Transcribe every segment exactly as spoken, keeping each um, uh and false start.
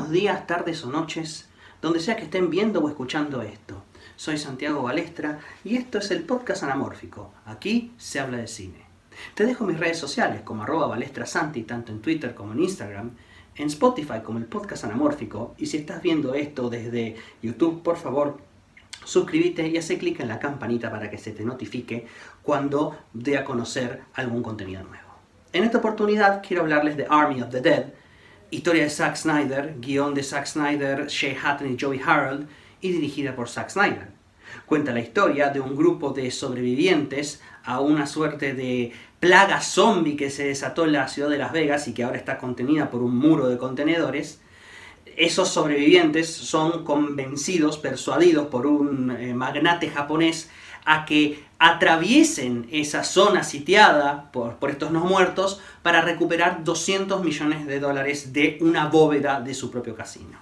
Buenos días, tardes o noches, donde sea que estén viendo o escuchando esto. Soy Santiago Balestra y esto es el podcast Anamórfico. Aquí se habla de cine. Te dejo mis redes sociales como arroba balestrasanti, tanto en Twitter como en Instagram, en Spotify como el podcast Anamórfico, y si estás viendo esto desde YouTube, por favor, suscríbete y hace clic en la campanita para que se te notifique cuando dé a conocer algún contenido nuevo. En esta oportunidad quiero hablarles de Army of the Dead, historia de Zack Snyder, guión de Zack Snyder, Shay Hatten y Joey Harold, y dirigida por Zack Snyder. Cuenta la historia de un grupo de sobrevivientes a una suerte de plaga zombie que se desató en la ciudad de Las Vegas y que ahora está contenida por un muro de contenedores. Esos sobrevivientes son convencidos, persuadidos por un eh, magnate japonés a que atraviesen esa zona sitiada por, por estos no muertos para recuperar doscientos millones de dólares de una bóveda de su propio casino.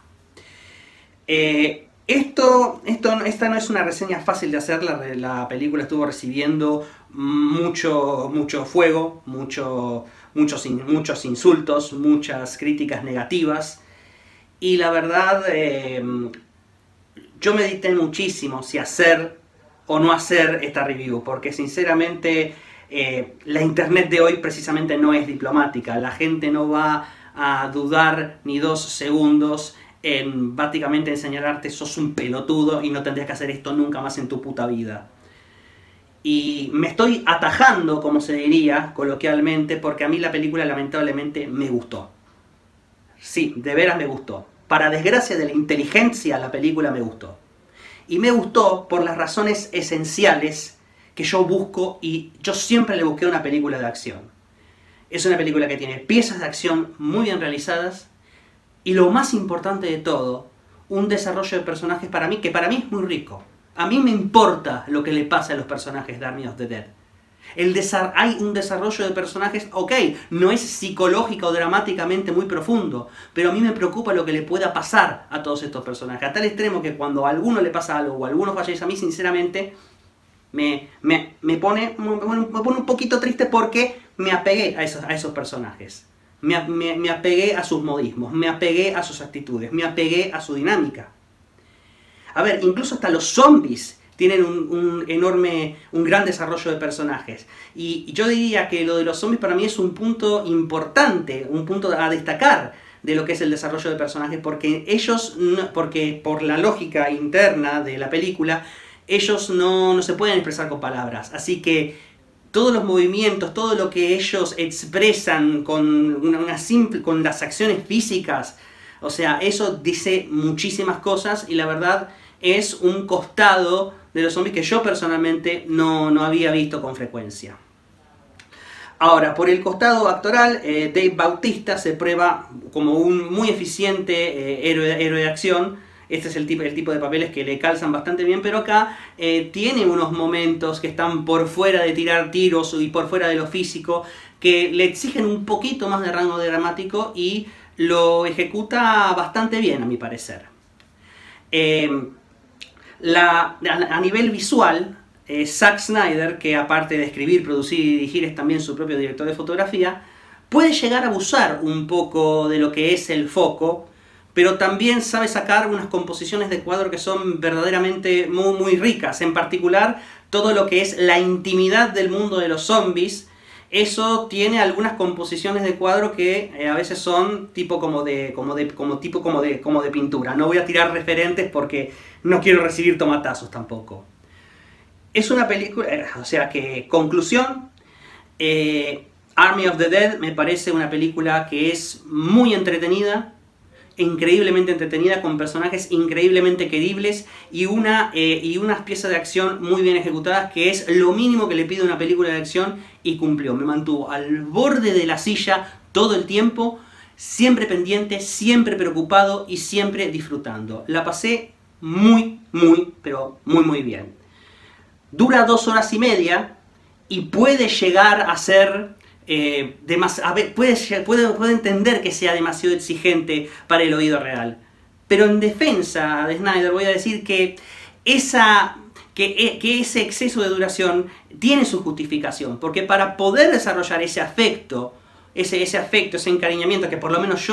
Eh, esto, esto, esta no es una reseña fácil de hacer, la, la película estuvo recibiendo mucho, mucho fuego, mucho, muchos, muchos insultos, muchas críticas negativas. Y la verdad, eh, yo medité muchísimo si hacer o no hacer esta review, porque sinceramente eh, la internet de hoy precisamente no es diplomática. La gente no va a dudar ni dos segundos en básicamente en señalarte sos un pelotudo y no tendrías que hacer esto nunca más en tu puta vida. Y me estoy atajando, como se diría coloquialmente, porque a mí la película lamentablemente me gustó. Sí, de veras me gustó. Para desgracia de la inteligencia, la película me gustó. Y me gustó por las razones esenciales que yo busco, y yo siempre le busqué una película de acción. Es una película que tiene piezas de acción muy bien realizadas, y lo más importante de todo, un desarrollo de personajes para mí, que para mí es muy rico. A mí me importa lo que le pasa a los personajes de Army of the Dead. El hay un desarrollo de personajes, ok, no es psicológico o dramáticamente muy profundo, pero a mí me preocupa lo que le pueda pasar a todos estos personajes, a tal extremo que cuando a alguno le pasa algo o a alguno fallece, a mí sinceramente me, me, me, pone, me, me pone un poquito triste porque me apegué a esos, a esos personajes, me, me, me apegué a sus modismos, me apegué a sus actitudes, me apegué a su dinámica. A ver, incluso hasta los zombies tienen un, un enorme, un gran desarrollo de personajes. Y yo diría que lo de los zombies para mí es un punto importante, un punto a destacar de lo que es el desarrollo de personajes, porque ellos, no, porque por la lógica interna de la película, ellos no, no se pueden expresar con palabras. Así que todos los movimientos, todo lo que ellos expresan con, una, una simple, con las acciones físicas, o sea, eso dice muchísimas cosas, y la verdad es un costado de los zombies que yo personalmente no, no había visto con frecuencia. Ahora, por el costado actoral, eh, Dave Bautista se prueba como un muy eficiente eh, héroe, héroe de acción. Este es el tipo, el tipo de papeles que le calzan bastante bien, pero acá eh, tiene unos momentos que están por fuera de tirar tiros y por fuera de lo físico, que le exigen un poquito más de rango dramático, y lo ejecuta bastante bien a mi parecer. Eh, La, a, a nivel visual, eh, Zack Snyder, que aparte de escribir, producir y dirigir es también su propio director de fotografía, puede llegar a abusar un poco de lo que es el foco, pero también sabe sacar unas composiciones de cuadro que son verdaderamente muy, muy ricas. En particular, todo lo que es la intimidad del mundo de los zombies, eso tiene algunas composiciones de cuadro que eh, a veces son tipo como de, como de, como tipo como de, como de pintura. No voy a tirar referentes porque no quiero recibir tomatazos tampoco. Es una película, eh, o sea que, conclusión, eh, Army of the Dead me parece una película que es muy entretenida, increíblemente entretenida, con personajes increíblemente queribles y, una, eh, y unas piezas de acción muy bien ejecutadas, que es lo mínimo que le pide una película de acción, y cumplió. Me mantuvo al borde de la silla todo el tiempo, siempre pendiente, siempre preocupado y siempre disfrutando. La pasé muy, muy, pero muy, muy bien. Dura dos horas y media y puede llegar a ser Eh, a ver, puede, puede, puede entender que sea demasiado exigente para el oído real, pero en defensa de Snyder voy a decir que, esa, que, que ese exceso de duración tiene su justificación, porque para poder desarrollar ese afecto, ese, ese afecto, ese encariñamiento que por lo menos yo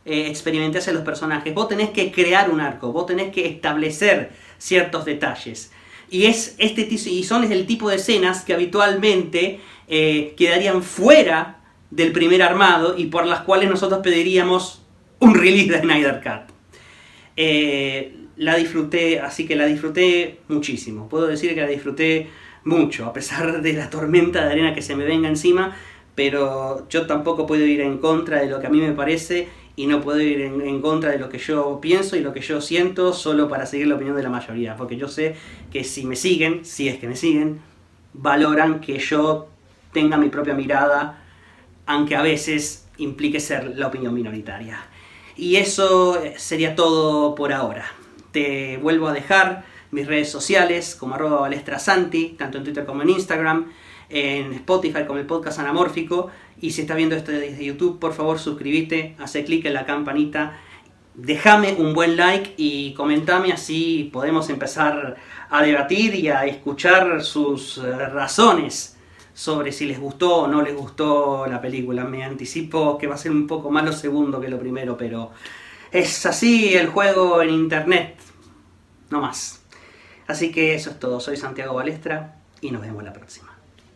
eh, experimentás en los personajes. Vos tenés que crear un arco, vos tenés que establecer ciertos detalles. Y, es este, y son el tipo de escenas que habitualmente eh, quedarían fuera del primer armado y por las cuales nosotros pediríamos un release de Snyder Cut. Eh, la disfruté, así que la disfruté muchísimo. Puedo decir que la disfruté mucho, a pesar de la tormenta de arena que se me venga encima, pero yo tampoco puedo ir en contra de lo que a mí me parece y no puedo ir en, en contra de lo que yo pienso y lo que yo siento solo para seguir la opinión de la mayoría, porque yo sé que si me siguen, si es que me siguen, valoran que yo tenga mi propia mirada, aunque a veces implique ser la opinión minoritaria. Y eso sería todo por ahora. Te vuelvo a dejar mis redes sociales como arroba balestrasanti, tanto en Twitter como en Instagram, en Spotify como el podcast Anamórfico, y si estás viendo esto desde YouTube, por favor suscríbete, hace clic en la campanita, déjame un buen like y comentame, así podemos empezar a debatir y a escuchar sus razones sobre si les gustó o no les gustó la película. Me anticipo que va a ser un poco más lo segundo que lo primero, pero es así el juego en internet, no más. Así que eso es todo, soy Santiago Balestra y nos vemos la próxima.